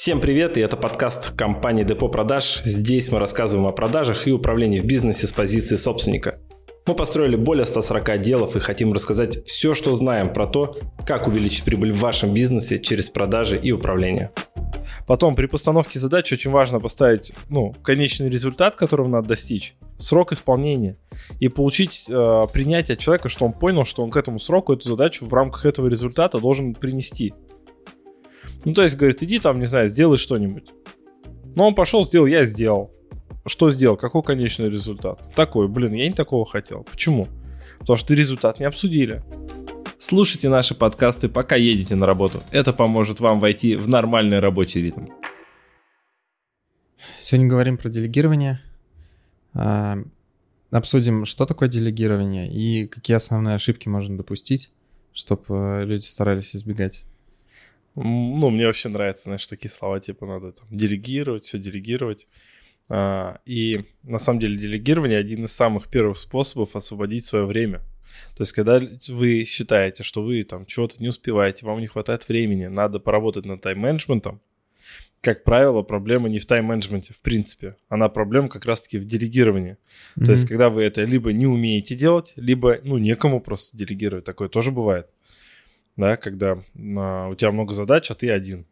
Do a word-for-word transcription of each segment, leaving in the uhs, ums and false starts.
Всем привет, и это подкаст компании Депо Продаж. Здесь мы рассказываем о продажах и управлении в бизнесе с позиции собственника. Мы построили более ста сорока отделов и хотим рассказать все, что знаем про то, как увеличить прибыль в вашем бизнесе через продажи и управление. Потом при постановке задач очень важно поставить ну, конечный результат, которого надо достичь, срок исполнения и получить э, принятие от человека, что он понял, что он к этому сроку эту задачу в рамках этого результата должен принести. Ну, то есть, говорит, иди там, не знаю, сделай что-нибудь. Ну, он пошел, сделал, я сделал. Что сделал? Какой конечный результат? Такой, блин, я не такого хотел. Почему? Потому что результат не обсудили. Слушайте наши подкасты, пока едете на работу. Это поможет вам войти в нормальный рабочий ритм. Сегодня говорим про делегирование. Обсудим, что такое делегирование и какие основные ошибки можно допустить, чтобы люди старались избегать. Ну, мне вообще нравятся, знаешь, такие слова, типа надо там делегировать, все делегировать. А, и на самом деле делегирование один из самых первых способов освободить свое время. То есть, когда вы считаете, что вы там чего-то не успеваете, вам не хватает времени, надо поработать над тайм-менеджментом, как правило, проблема не в тайм-менеджменте, в принципе. Она проблема как раз-таки в делегировании. Mm-hmm. То есть, когда вы это либо не умеете делать, либо, ну, некому просто делегировать. Такое тоже бывает. Да, когда а, у тебя много задач, а ты один.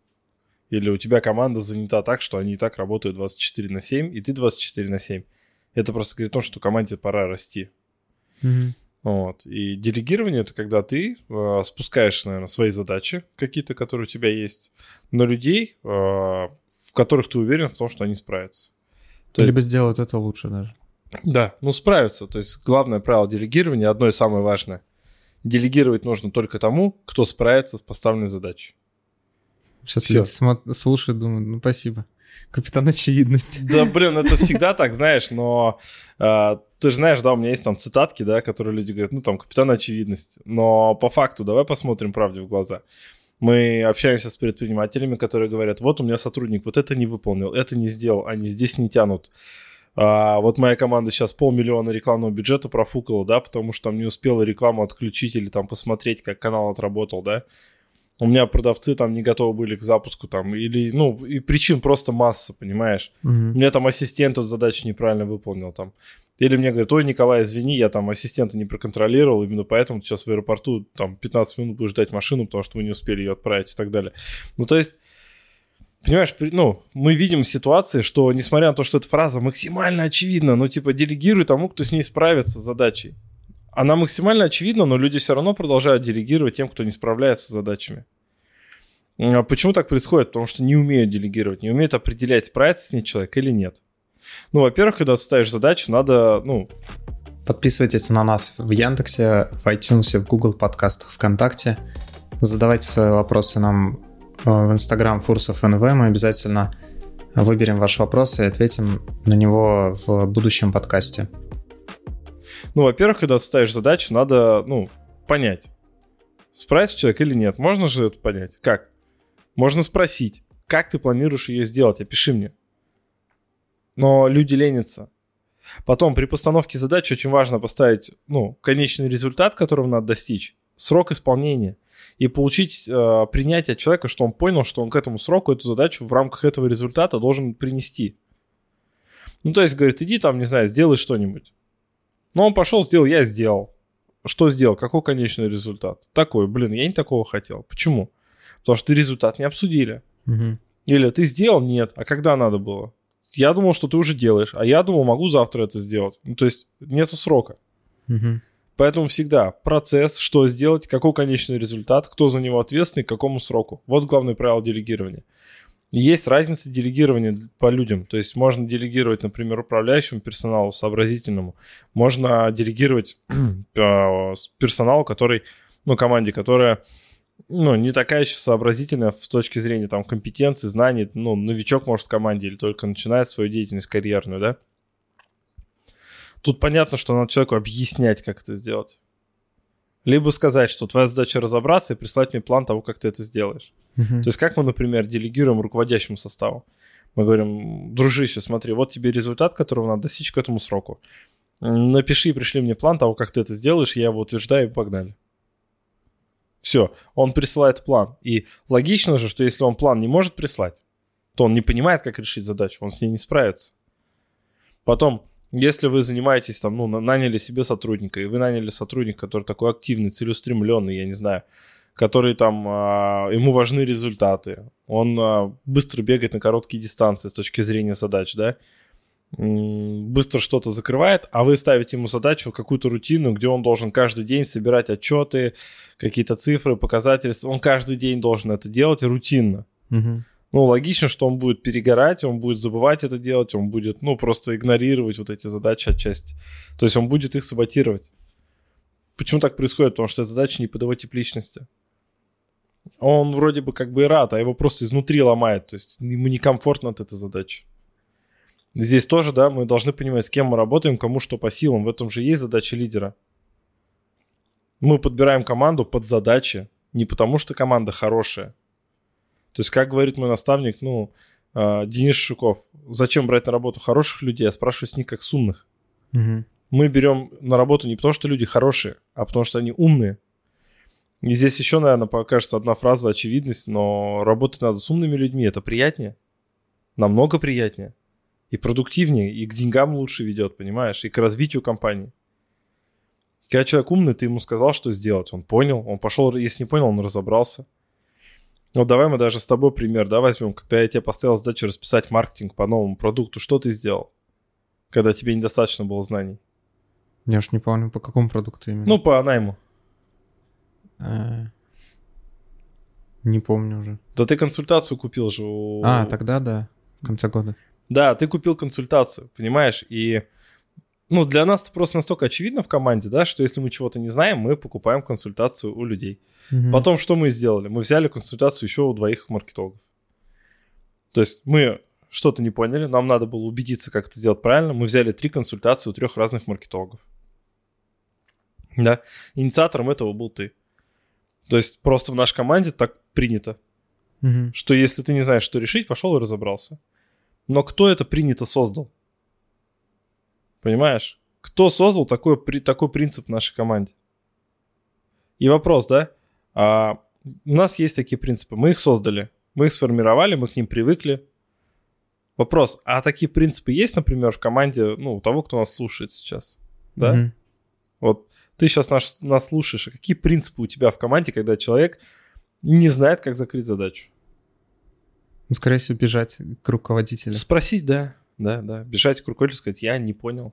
Или у тебя команда занята так, что они и так работают двадцать четыре на семь, и ты двадцать четыре на семь. Это просто говорит о том, что команде пора расти. Mm-hmm. Вот. И делегирование — это когда ты а, спускаешь, наверное, свои задачи какие-то, которые у тебя есть, на людей, а, в которых ты уверен в том, что они справятся. То Либо есть... сделают это лучше даже. Да, ну справятся. То есть главное правило делегирования, одно и самое важное — делегировать нужно только тому, кто справится с поставленной задачей. Сейчас Все. Люди смотр- слушают, думают, ну спасибо. Капитан очевидности. Да, блин, это всегда так, знаешь, но э, ты же знаешь, да, у меня есть там цитатки, да, которые люди говорят, ну там, капитан очевидности. Но по факту давай посмотрим правде в глаза. Мы общаемся с предпринимателями, которые говорят, вот у меня сотрудник вот это не выполнил, это не сделал, они здесь не тянут. А вот моя команда сейчас полмиллиона рекламного бюджета профукала, да, потому что там не успела рекламу отключить или там посмотреть, как канал отработал, да. У меня продавцы там не готовы были к запуску там, или, ну, и причин просто масса, понимаешь. Угу. У меня там ассистент тут задачу неправильно выполнил там. Или мне говорят, ой, Николай, извини, я там ассистента не проконтролировал, именно поэтому ты сейчас в аэропорту там пятнадцать минут будешь ждать машину, потому что вы не успели ее отправить и так далее. Ну, то есть... Понимаешь, ну, мы видим ситуации, что, несмотря на то, что эта фраза максимально очевидна, ну, типа, делегируй тому, кто с ней справится с задачей. Она максимально очевидна, но люди все равно продолжают делегировать тем, кто не справляется с задачами. А почему так происходит? Потому что не умеют делегировать, не умеют определять, справится с ней человек или нет. Ну, во-первых, когда ты ставишь задачу, надо, ну... Подписывайтесь на нас в Яндексе, в iTunes, в Google подкастах, ВКонтакте. Задавайте свои вопросы нам в Инстаграм Фурсов эн вэ, мы обязательно выберем ваш вопрос и ответим на него в будущем подкасте. Ну, во-первых, когда ты ставишь задачу, надо, ну, понять, справится человек или нет. Можно же это понять? Как? Можно спросить, как ты планируешь ее сделать, опиши мне. Но люди ленятся. Потом при постановке задач очень важно поставить, ну, конечный результат, которого надо достичь, срок исполнения. И получить э, принятие от человека, что он понял, что он к этому сроку эту задачу в рамках этого результата должен принести. Ну, то есть, говорит, иди там, не знаю, сделай что-нибудь. Ну, он пошел, сделал, я сделал. Что сделал? Какой конечный результат? Такой, блин, я не такого хотел. Почему? Потому что результат не обсудили. Угу. Или ты сделал? Нет. А когда надо было? Я думал, что ты уже делаешь. А я думал, могу завтра это сделать. Ну, то есть, нету срока. Угу. Поэтому всегда процесс, что сделать, какой конечный результат, кто за него ответственный, к какому сроку. Вот главное правило делегирования. Есть разница делегирования по людям. То есть можно делегировать, например, управляющему персоналу, сообразительному. Можно делегировать персоналу, который, ну, команде, которая, ну, не такая еще сообразительная с точки зрения там компетенций, знаний. Ну, новичок, может, в команде или только начинает свою деятельность карьерную, да. Тут понятно, что надо человеку объяснять, как это сделать. Либо сказать, что твоя задача разобраться и прислать мне план того, как ты это сделаешь. Uh-huh. То есть как мы, например, делегируем руководящему составу. Мы говорим, дружище, смотри, вот тебе результат, которого надо достичь к этому сроку. Напиши и пришли мне план того, как ты это сделаешь, я его утверждаю и погнали. Все, он присылает план. И логично же, что если он план не может прислать, то он не понимает, как решить задачу, он с ней не справится. Потом, если вы занимаетесь, там, ну, наняли себе сотрудника, и вы наняли сотрудника, который такой активный, целеустремленный, я не знаю, который там, а, ему важны результаты, он а, быстро бегает на короткие дистанции с точки зрения задач, да, быстро что-то закрывает, а вы ставите ему задачу, какую-то рутину, где он должен каждый день собирать отчеты, какие-то цифры, показатели, он каждый день должен это делать рутинно. Угу. Ну, логично, что он будет перегорать, он будет забывать это делать, он будет, ну, просто игнорировать вот эти задачи отчасти. То есть он будет их саботировать. Почему так происходит? Потому что задача не под его тип личности. Он вроде бы как бы и рад, а его просто изнутри ломает. То есть ему некомфортно от этой задачи. Здесь тоже, да, мы должны понимать, с кем мы работаем, кому что по силам. В этом же есть задача лидера. Мы подбираем команду под задачи, не потому что команда хорошая. То есть, как говорит мой наставник, ну, Денис Шуков, зачем брать на работу хороших людей, а спрашивать с них как с умных. Угу. Мы берем на работу не потому, что люди хорошие, а потому что они умные. И здесь еще, наверное, покажется одна фраза, очевидность, но работать надо с умными людьми, это приятнее, намного приятнее. И продуктивнее, и к деньгам лучше ведет, понимаешь, и к развитию компании. Когда человек умный, ты ему сказал, что сделать, он понял, он пошел, если не понял, он разобрался. Вот давай мы даже с тобой пример, да, возьмем, когда я тебе поставил задачу расписать маркетинг по новому продукту, что ты сделал, когда тебе недостаточно было знаний? Я уж не помню, по какому продукту именно. Ну, по найму. А, не помню уже. Да ты консультацию купил же у... А, тогда да, в конце года. Да, ты купил консультацию, понимаешь, и... Ну, для нас это просто настолько очевидно в команде, да, что если мы чего-то не знаем, мы покупаем консультацию у людей. Угу. Потом что мы сделали? Мы взяли консультацию еще у двоих маркетологов. То есть мы что-то не поняли, нам надо было убедиться, как это сделать правильно. Мы взяли три консультации у трех разных маркетологов. Да, инициатором этого был ты. То есть просто в нашей команде так принято, угу. что если ты не знаешь, что решить, пошел и разобрался. Но кто это принято создал? Понимаешь? Кто создал такой, такой принцип в нашей команде? И вопрос, да? А, у нас есть такие принципы. Мы их создали, мы их сформировали, мы к ним привыкли. Вопрос, а такие принципы есть, например, в команде, ну, у того, кто нас слушает сейчас? Да? Угу. Вот ты сейчас нас, нас слушаешь. А какие принципы у тебя в команде, когда человек не знает, как закрыть задачу? Ну, скорее всего, бежать к руководителю. Спросить, да. Да, да. Бежать к руководителю, сказать, я не понял.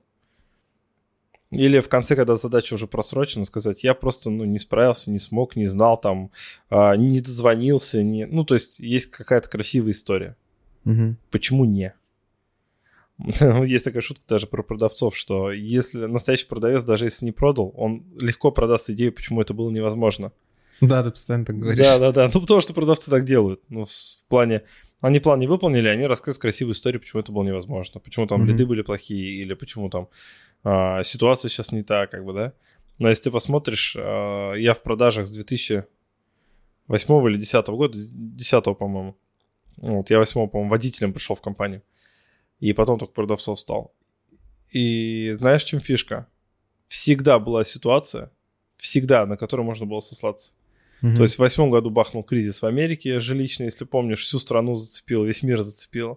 Или в конце, когда задача уже просрочена, сказать, я просто ну, не справился, не смог, не знал, там, а, не дозвонился. Не... Ну, то есть есть какая-то красивая история. Угу. Почему не? Есть такая шутка даже про продавцов, что если настоящий продавец, даже если не продал, он легко продаст идею, почему это было невозможно. Да, ты постоянно так говоришь. Да, да, да. Ну, потому что продавцы так делают. Ну, в плане... Они план не выполнили, они рассказывают красивую историю, почему это было невозможно. Почему там mm-hmm. лиды были плохие, или почему там а, ситуация сейчас не та, как бы, да. Но если ты посмотришь, а, я в продажах с две тысячи восьмого или две тысячи десятого года, две тысячи десятого, по-моему. Вот, я восьмого, по-моему, водителем пришел в компанию. И потом только продавцом стал. И знаешь, в чем фишка? Всегда была ситуация, всегда, на которую можно было сослаться. Mm-hmm. То есть в восьмом году бахнул кризис в Америке жилищный, если помнишь, всю страну зацепил, весь мир зацепил.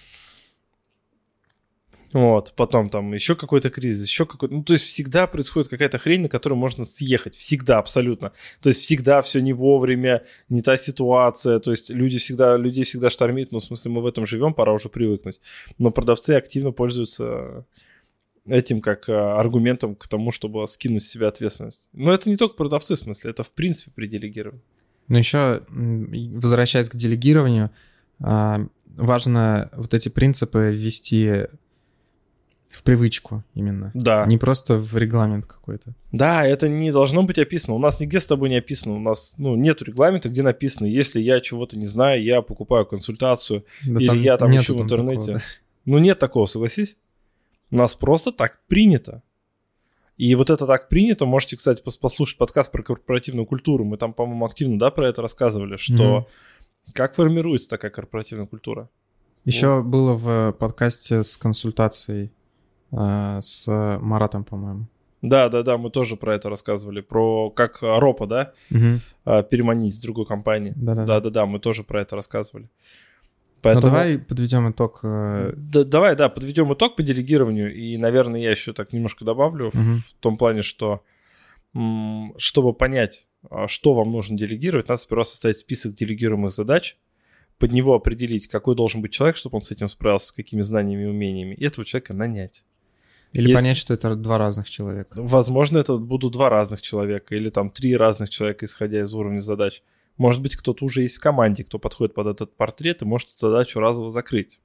Вот, потом там еще какой-то кризис, еще какой-то... Ну, то есть всегда происходит какая-то хрень, на которую можно съехать. Всегда, абсолютно. То есть всегда все не вовремя, не та ситуация. То есть люди всегда, людей всегда штормит. Ну, в смысле, мы в этом живем, пора уже привыкнуть. Но продавцы активно пользуются этим как аргументом к тому, чтобы скинуть с себя ответственность. Но это не только продавцы, в смысле, это в принципе при делегировании. Но еще, возвращаясь к делегированию, важно вот эти принципы ввести в привычку именно. Да. Не просто в регламент какой-то. Да, это не должно быть описано. У нас нигде с тобой не описано. У нас ну, нет регламента, где написано, если я чего-то не знаю, я покупаю консультацию, да или я там ищу в интернете. Такого, да. Ну нет такого, согласись? У нас просто так принято. И вот это так принято. Можете, кстати, послушать подкаст про корпоративную культуру. Мы там, по-моему, активно да, про это рассказывали, что mm-hmm. как формируется такая корпоративная культура. Еще вот. Было в подкасте с консультацией э, с Маратом, по-моему. Да-да-да, мы тоже про это рассказывали. Про как ропа, да, mm-hmm. переманить с другой компании. Да-да-да. Да-да-да, мы тоже про это рассказывали. Поэтому... Ну, давай подведем итог. Да, давай, да, подведем итог по делегированию. И, наверное, я еще так немножко добавлю угу. в, в том плане, что м, чтобы понять, что вам нужно делегировать, надо сперва составить список делегируемых задач, под него определить, какой должен быть человек, чтобы он с этим справился, с какими знаниями и умениями, и этого человека нанять. Или Если... понять, что это два разных человека. Возможно, это будут два разных человека, или там три разных человека, исходя из уровня задач. Может быть, кто-то уже есть в команде, кто подходит под этот портрет и может задачу разово закрыть.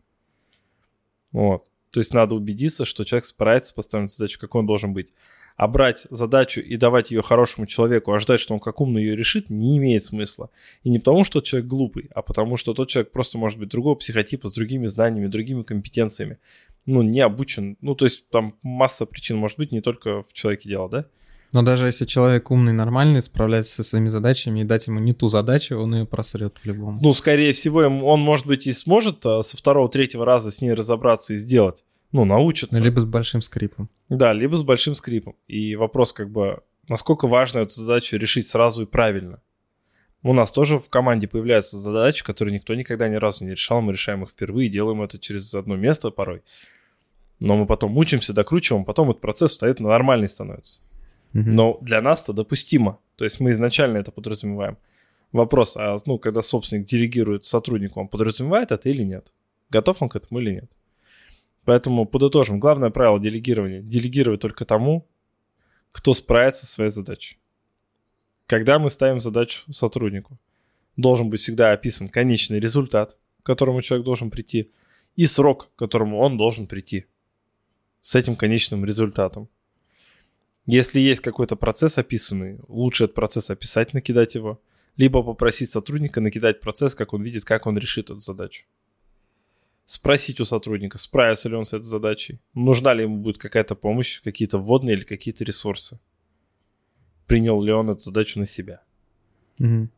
Вот. То есть надо убедиться, что человек справится с поставленной задачей, какой он должен быть. А брать задачу и давать ее хорошему человеку, а ждать, что он как умно ее решит, не имеет смысла. И не потому, что тот человек глупый, а потому, что тот человек просто может быть другого психотипа, с другими знаниями, другими компетенциями. Ну, не обучен. Ну, то есть там масса причин может быть, не только в человеке дело, да? Но даже если человек умный, нормальный, справляется со своими задачами и дать ему не ту задачу, он ее просрет по-любому. Ну, скорее всего, он, может быть, и сможет со второго-третьего раза с ней разобраться и сделать. Ну, научиться. Либо с большим скрипом. Да, либо с большим скрипом. И вопрос как бы, насколько важно эту задачу решить сразу и правильно. У нас тоже в команде появляются задачи, которые никто никогда ни разу не решал. Мы решаем их впервые, делаем это через одно место порой. Но мы потом учимся, докручиваем, потом этот процесс встает на нормальный становится. Uh-huh. Но для нас это допустимо. То есть мы изначально это подразумеваем. Вопрос, а ну, когда собственник делегирует сотруднику, он подразумевает это или нет? Готов он к этому или нет? Поэтому подытожим. Главное правило делегирования – делегировать только тому, кто справится со своей задачей. Когда мы ставим задачу сотруднику, должен быть всегда описан конечный результат, к которому человек должен прийти, и срок, к которому он должен прийти с этим конечным результатом. Если есть какой-то процесс описанный, лучше этот процесс описать, накидать его, либо попросить сотрудника накидать процесс, как он видит, как он решит эту задачу. Спросить у сотрудника, справится ли он с этой задачей, нужна ли ему будет какая-то помощь, какие-то вводные или какие-то ресурсы. Принял ли он эту задачу на себя. Mm-hmm.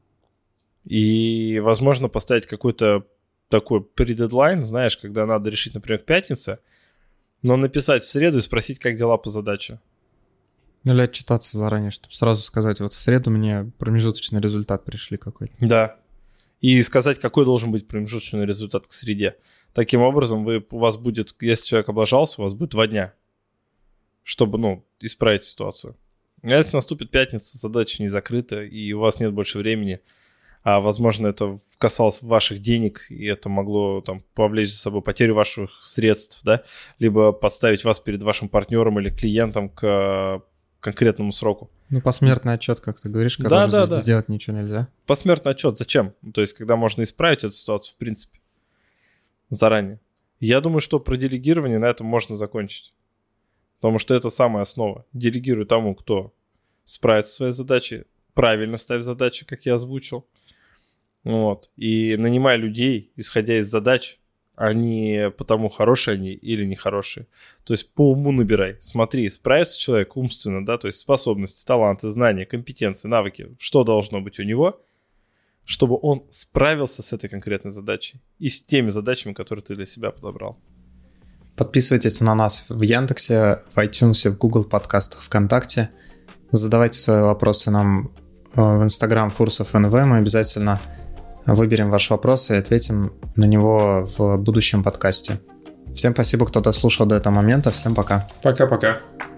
И, возможно, поставить какой-то такой предедлайн, знаешь, когда надо решить, например, к пятнице, но написать в среду и спросить, как дела по задаче. Или отчитаться заранее, чтобы сразу сказать, вот в среду мне промежуточный результат пришли какой-то. Да. И сказать, какой должен быть промежуточный результат к среде. Таким образом, вы, у вас будет, если человек облажался, у вас будет два дня, чтобы, ну, исправить ситуацию. А если наступит пятница, задача не закрыта, и у вас нет больше времени, а, возможно, это касалось ваших денег, и это могло там повлечь за собой потерю ваших средств, да, либо подставить вас перед вашим партнером или клиентом к конкретному сроку. Ну, посмертный отчет, как ты говоришь, когда да, да, сделать да. ничего нельзя. Посмертный отчет зачем? То есть, когда можно исправить эту ситуацию, в принципе, заранее. Я думаю, что про делегирование на этом можно закончить. Потому что это самая основа. Делегируй тому, кто справится со своей задачей, правильно ставь задачи, как я озвучил. Вот. И нанимай людей, исходя из задач, а не потому, хорошие они или нехорошие. То есть по уму набирай. Смотри, справится человек умственно, да, то есть способности, таланты, знания, компетенции, навыки, что должно быть у него, чтобы он справился с этой конкретной задачей и с теми задачами, которые ты для себя подобрал. Подписывайтесь на нас в Яндексе, в iTunes, в Google подкастах, ВКонтакте. Задавайте свои вопросы нам в Instagram Фурсов эн вэ. Мы обязательно выберем ваш вопрос и ответим на него в будущем подкасте. Всем спасибо, кто дослушал до этого момента. Всем пока. Пока-пока.